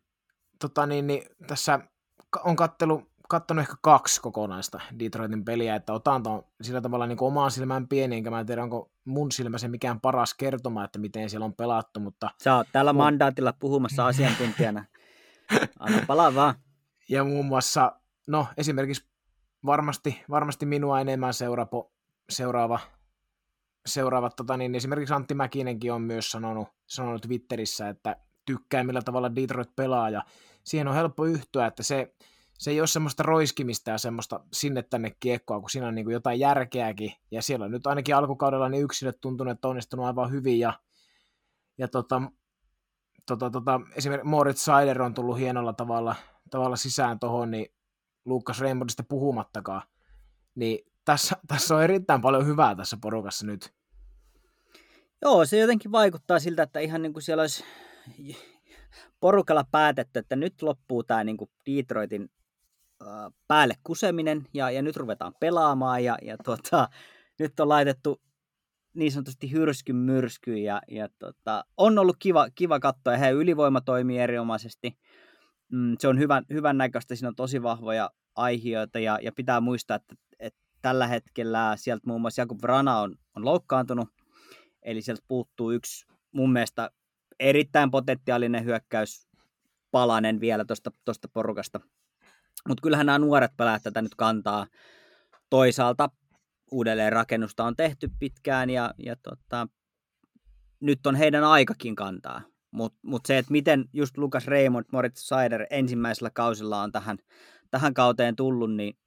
tässä on kattonut ehkä 2 kokonaista Detroitin peliä, että otan tuon sillä tavalla niin kuin omaan silmään pieni, enkä mä tiedä, onko mun silmä se mikään paras kertoma, että miten siellä on pelattu, mutta sä oot täällä mandaatilla puhumassa asiantuntijana. Anna palaa vaan. Ja muun muassa, no esimerkiksi varmasti minua enemmän seuraavat esimerkiksi Antti Mäkinenkin on myös sanonut Twitterissä, että tykkää millä tavalla Detroit pelaa, ja siihen on helppo yhtyä, että se ei ole semmoista roiskimista ja semmoista sinne tänne kiekkoa, kun siinä on niin kuin jotain järkeäkin, ja siellä on nyt ainakin alkukaudella niin yksilöt tuntunut, että on onnistunut aivan hyvin, ja esimerkiksi Moritz Seider on tullut hienolla tavalla sisään tuohon, niin Lucas Raymondista puhumattakaan. Niin tässä on erittäin paljon hyvää tässä porukassa nyt. Joo, se jotenkin vaikuttaa siltä, että ihan niin kuin siellä olisi porukalla päätetty, että nyt loppuu tämä niin kuin Detroitin päälle kuseminen ja nyt ruvetaan pelaamaan ja nyt on laitettu niin sanotusti hyrskyn myrskyyn ja on ollut kiva katsoa ja heidän ylivoima toimii erinomaisesti. Se on hyvän näköistä, siinä on tosi vahvoja aihioita ja pitää muistaa, että tällä hetkellä sieltä muun muassa Jakub Vrana on loukkaantunut, eli sieltä puuttuu yksi mun mielestä erittäin potentiaalinen hyökkäyspalanen vielä tuosta porukasta. Mutta kyllähän nämä nuoret pelaajat tätä nyt kantaa. Toisaalta uudelleen rakennusta on tehty pitkään ja nyt on heidän aikakin kantaa. Mutta se, että miten just Lucas Raymond, Moritz Seider ensimmäisellä kausilla on tähän kauteen tullut, niin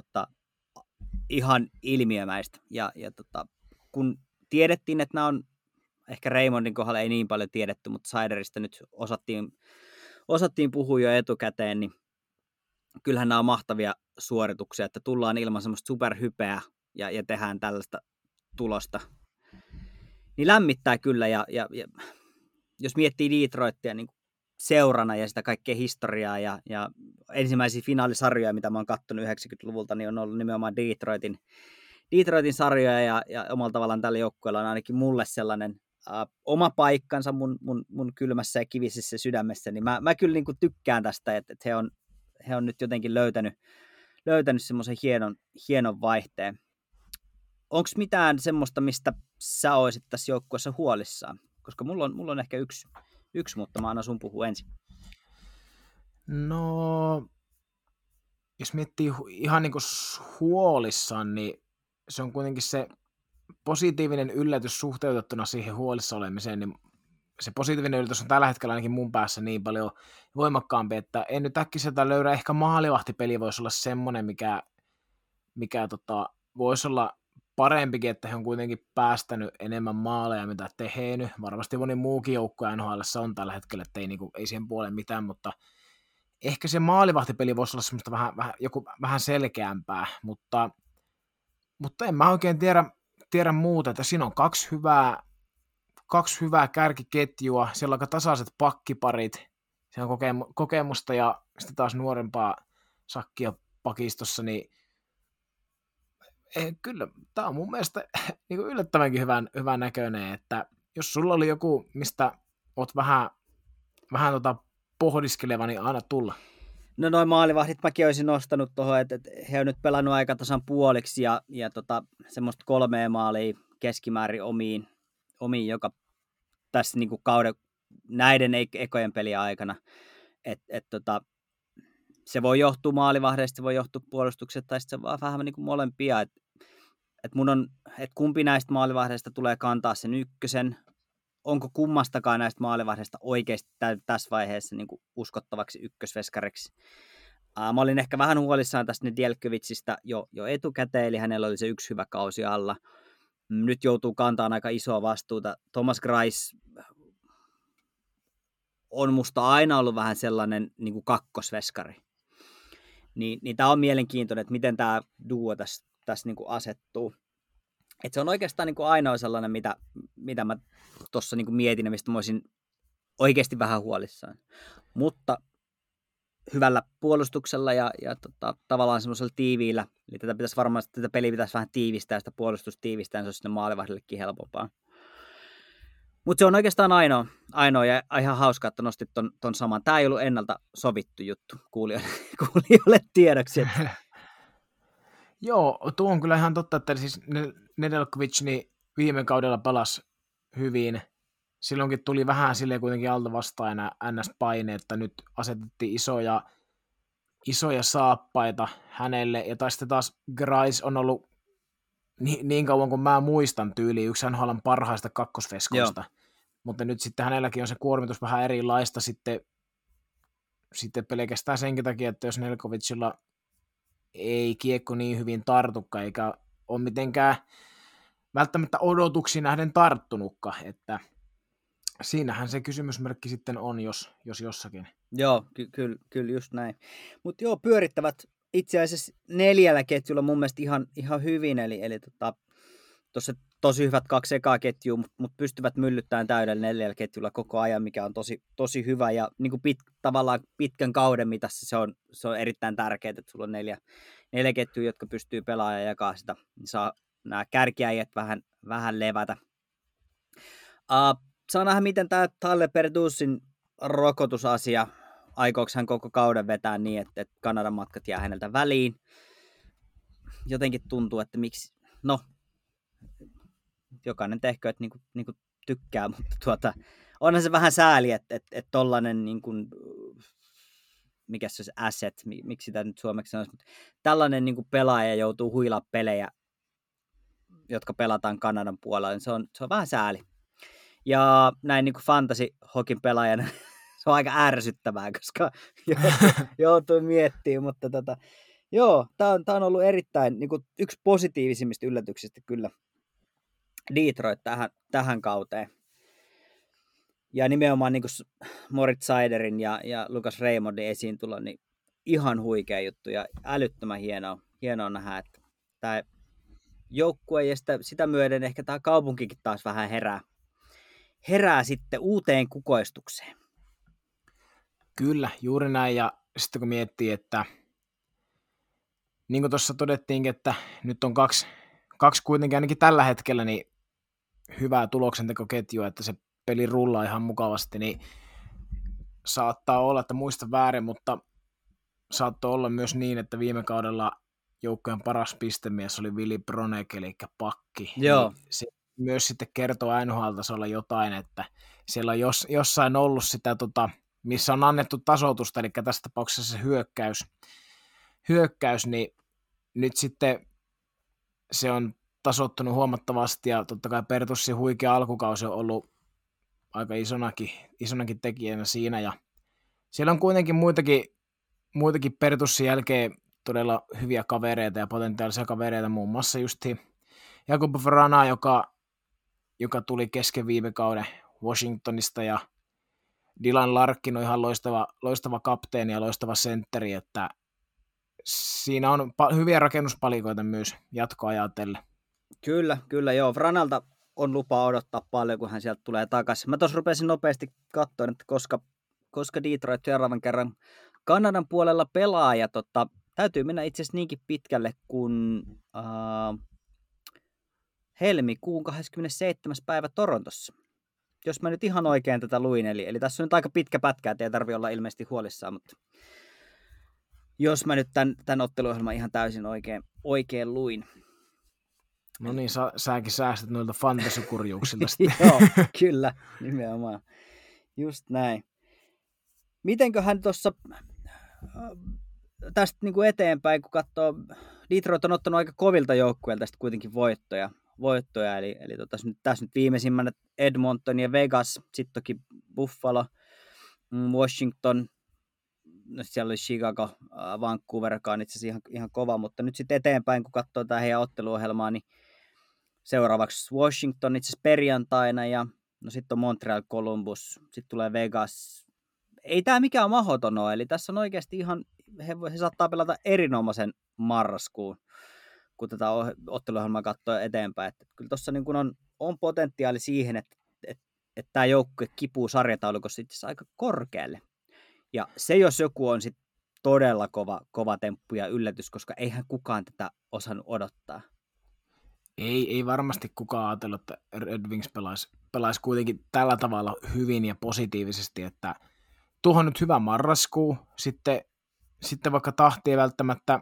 ihan ilmiömäistä. Ja kun tiedettiin, että nämä on, ehkä Raymondin kohdalla ei niin paljon tiedetty, mutta Seideristä nyt osattiin puhua jo etukäteen, niin kyllähän nämä on mahtavia suorituksia, että tullaan ilman semmoista superhypeä ja tehdään tällaista tulosta. Niin lämmittää kyllä, ja jos miettii Detroitia niin seurana ja sitä kaikkea historiaa ja ensimmäisiä finaalisarjoja, mitä mä oon katsonut 90-luvulta, niin on ollut nimenomaan Detroitin sarjoja ja omalla tavallaan tällä joukkueella on ainakin mulle sellainen oma paikkansa mun kylmässä ja kivisessä sydämessä, niin mä kyllä niin kuin tykkään tästä, että he on nyt jotenkin löytänyt semmoisen hienon vaihteen. Onko mitään semmoista, mistä sä olisit tässä joukkueessa huolissaan? Koska mulla on ehkä yksi, mutta mä annan sun puhua ensin. No, jos miettii ihan niin kuin huolissaan, niin se on kuitenkin se positiivinen yllätys suhteutettuna siihen huolissa olemiseen, niin se positiivinen yllätys on tällä hetkellä ainakin mun päässä niin paljon voimakkaampi, että en nyt äkkiseltä löydä, ehkä maalivahtipeli voisi olla semmoinen, mikä voisi olla parempikin, että he on kuitenkin päästänyt enemmän maaleja, mitä tehnyt. Varmasti moni muukin joukkue NHL:ssä on tällä hetkellä, että ei siihen puoleen mitään, mutta ehkä se maalivahtipeli voisi olla semmoista vähän selkeämpää, mutta en mä oikein tiedä muuta, että siinä on kaksi hyvää kärkiketjua, siellä on aika tasaiset pakkiparit, siellä on kokemusta ja sitten taas nuorempaa sakkia pakistossa, niin kyllä, tämä on mun mielestä niin kuin yllättävänkin hyvän näköinen, että jos sulla oli joku, mistä oot vähän pohdiskeleva, niin aina tulla. No noin maalivahdit mäkin olisin nostanut tuohon, että he on nyt pelannut aika tasan puoliksi ja semmoista 3 maalia keskimäärin omiin joka tässä niin kuin kauden näiden ekojen pelien aikana. Se voi johtua maalivahdeista, se voi johtua puolustuksesta tai sitten se vaan vähän niin kuin molempia. Että kumpi näistä maalivahdeista tulee kantaa sen ykkösen, onko kummastakaan näistä maalivahdeista oikeasti tässä vaiheessa niin kuin uskottavaksi ykkösveskariksi. Mä olin ehkä vähän huolissaan tästä Nedeljkovicista jo etukäteen, eli hänellä oli se yksi hyvä kausi alla. Nyt joutuu kantamaan aika isoa vastuuta. Thomas Greiss on musta aina ollut vähän sellainen niin kuin kakkosveskari. Niin tämä on mielenkiintoinen, että miten tämä duo tässä niin kuin asettuu. Et se on oikeastaan niin kuin ainoa sellainen, mitä mä tuossa niin kuin mietin ja mistä mä olisin oikeasti vähän huolissaan. Mutta hyvällä puolustuksella ja tavallaan semmoisella tiiviillä, eli tätä peliä pitäisi vähän tiivistää, sitä puolustustiivistää, niin se olisi sinne maalivahdillekin helpompaa. Mutta se on oikeastaan ainoa ja ihan hauska, että nostit ton saman. Tämä ei ollut ennalta sovittu juttu kuulijoille tiedoksi. Joo, tuo on kyllä ihan totta, että siis Nedeljkovic niin viime kaudella pelasi hyvin. Silloinkin tuli vähän silleen kuitenkin alta vastaan NS-paine, että nyt asetettiin isoja saappaita hänelle. Ja sitten taas Greiss on ollut niin kauan kuin mä muistan tyyliin yksi NHL:n parhaista kakkosveskoista. Mutta nyt sitten hänelläkin on se kuormitus vähän erilaista sitten pelkästään senkin takia, että jos Nedeljkovicilla ei kiekko niin hyvin tartukaan, eikä ole mitenkään välttämättä odotuksiin nähden tarttunutkaan, että siinähän se kysymysmerkki sitten on, jos jossakin. Joo, kyllä just näin. Mutta joo, pyörittävät itse asiassa 4 ketjulla mun mielestä ihan hyvin, eli tuossa tosi hyvät 2 ekaa ketjua, mutta pystyvät myllyttämään täydellä 4 ketjulla koko ajan, mikä on tosi hyvä, ja niin kuin tavallaan pitkän kauden mitassa se on erittäin tärkeää, että sulla on 4 ketjua, jotka pystyy pelaamaan ja jakaa sitä, niin saa nämä kärkiäijät vähän levätä. Saa nähdä, miten tämä Tyler Bertuzzi'n rokotusasia, aikooko hän koko kauden vetää niin, että Kanadan matkat jää häneltä väliin. Jotenkin tuntuu, että miksi, no, jokainen tehkö, että niinku tykkää, mutta onhan se vähän sääli, että tollainen, niinku, mikä se olisi asset, miksi sitä nyt suomeksi sanoisi, mutta tällainen niinku pelaaja joutuu huilaa pelejä, jotka pelataan Kanadan puolella, niin se on vähän sääli. Ja näin niin kuin fantasy-hokin pelaajana se on aika ärsyttävää, koska joutuu miettimään, mutta joo, tämä on ollut erittäin niin kuin yksi positiivisimmista yllätyksistä kyllä Detroit tähän kauteen. Ja nimenomaan niin kuin Moritz Seiderin ja Lucas Raymondin esiintulo, niin ihan huikea juttu ja älyttömän hienoa nähdä, että tämä joukkue ja sitä myöden ehkä tämä kaupunkikin taas vähän herää sitten uuteen kukoistukseen. Kyllä, juuri näin. Ja sitten kun miettii, että niin kuin tuossa todettiinkin, että nyt on kaksi kuitenkin ainakin tällä hetkellä niin hyvää tuloksentekoketjua, että se peli rullaa ihan mukavasti, niin saattaa olla, että muista väärin, mutta saattoi olla myös niin, että viime kaudella joukkojen paras pistemies oli Willy Bronek, eli pakki. Joo. Niin se myös sitten kertoo NHL-tasolla jotain, että siellä on jossain ollut sitä, missä on annettu tasoitusta, eli tässä tapauksessa se hyökkäys, niin nyt sitten se on tasoittunut huomattavasti, ja totta kai Bertuzzi huikea alkukausi on ollut aika isonakin tekijänä siinä, ja siellä on kuitenkin muitakin Bertuzzin jälkeen todella hyviä kavereita ja potentiaalisia kavereita, muun muassa just Jakub Vrana, joka tuli kesken viime kauden Washingtonista, ja Dylan Larkin on ihan loistava kapteeni ja loistava sentteri, että siinä on hyviä rakennuspalikoita myös jatkoa ajatellen. Kyllä joo. Vranalta on lupa odottaa paljon, kun hän sieltä tulee takaisin. Mä tuossa rupesin nopeasti katsoa, että koska Detroit seuraavan kerran Kanadan puolella pelaa, ja täytyy mennä itse asiassa niinkin pitkälle kuin helmikuun 27. päivä Torontossa. Jos mä nyt ihan oikein tätä luin, eli tässä on nyt aika pitkä pätkä, ettei tarvitse olla ilmeisesti huolissaan, mutta jos mä nyt tämän otteluohjelman ihan täysin oikein luin. No niin, säkin säästät noilta fantasy-kurjuuksilta. Joo, kyllä, nimenomaan. Just näin. Mitenköhän tuossa tästä niin kuin eteenpäin, kun katsoo, Detroit on ottanut aika kovilta joukkueilta sitten kuitenkin voittoja, eli tässä nyt viimeisimmän Edmonton ja Vegas, sitten toki Buffalo, Washington, no siellä oli Chicago, Vancouver, joka on itse asiassa ihan kova, mutta nyt sitten eteenpäin, kun katsoo tämä heidän otteluohjelmaa, niin seuraavaksi Washington itse asiassa perjantaina, ja no sitten on Montreal, Columbus, sitten tulee Vegas. Ei tämä mikään mahdoton ole, eli tässä on oikeasti ihan, he saattaa pelata erinomaisen marraskuun, kun tätä otteluohjelmaa katsoo eteenpäin. Että kyllä tuossa niin on potentiaali siihen, että tämä joukkue kipuu sarjataulukossa itse asiassa aika korkealle. Ja se, jos joku on sitten todella kova temppu ja yllätys, koska eihän kukaan tätä osannut odottaa. Ei varmasti kukaan ajatellut, että Red Wings pelaisi kuitenkin tällä tavalla hyvin ja positiivisesti, että tuohon nyt hyvä marraskuu, sitten vaikka tahti ei välttämättä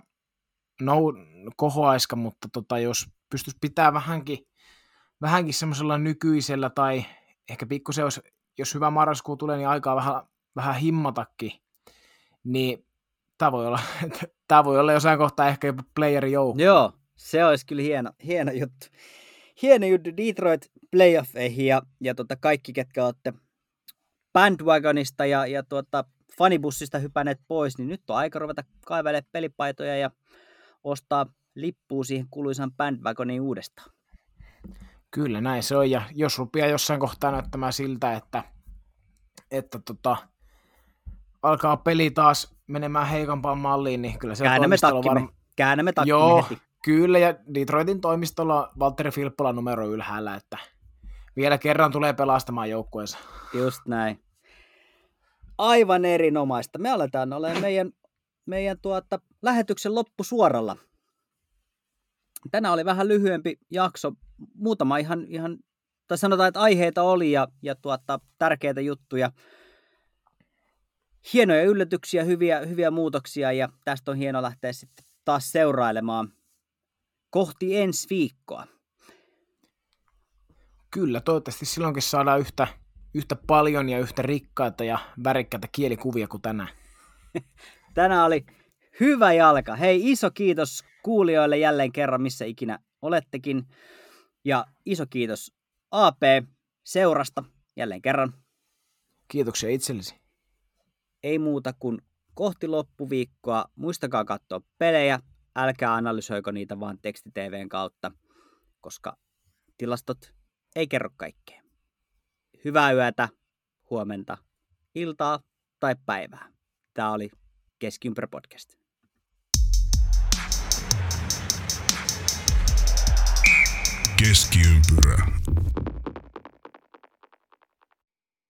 kohoaiska, mutta jos pystyisi pitää vähänkin semmoisella nykyisellä, tai ehkä pikkusen, jos hyvä marraskuu tulee, niin aikaa vähän himmatakin, niin tämä voi olla jossain kohtaa ehkä jopa playerin joukko. Joo, se olisi kyllä hieno juttu. Hieno juttu Detroit playoffeihin, ja kaikki, ketkä olette bandwagonista ja fanibussista hypänneet pois, niin nyt on aika ruveta kaivelemaan pelipaitoja ja ostaa lippua siihen kuuluisaan bandwagoniin uudestaan. Kyllä näin se on, ja jos rupeaa jossain kohtaa näyttämään siltä, että alkaa peli taas menemään heikompaan malliin, niin kyllä se Käännämme takkimme Joo, heti. Kyllä, ja Detroitin toimistolla Valtteri Filppola numero ylhäällä, että vielä kerran tulee pelastamaan joukkueensa. Just näin. Aivan erinomaista. Me aletaan olemaan meidän lähetyksen loppusuoralla. Tänään oli vähän lyhyempi jakso. Muutama ihan tai sanotaan, että aiheita oli ja tärkeitä juttuja. Hienoja yllätyksiä, hyviä muutoksia ja tästä on hieno lähteä sitten taas seurailemaan kohti ensi viikkoa. Kyllä, toivottavasti silloinkin saadaan yhtä paljon ja yhtä rikkaita ja värikkäitä kielikuvia kuin tänään. Tänään oli hyvä jalka. Hei, iso kiitos kuulijoille jälleen kerran, missä ikinä olettekin. Ja iso kiitos AP-seurasta jälleen kerran. Kiitoksia itsellesi. Ei muuta kuin kohti loppuviikkoa. Muistakaa katsoa pelejä. Älkää analysoiko niitä vaan teksti-tv:n kautta, koska tilastot ei kerro kaikkea. Hyvää yötä, huomenta, iltaa tai päivää. Tämä oli Keskiympyrä podcast. Keskiympyrä.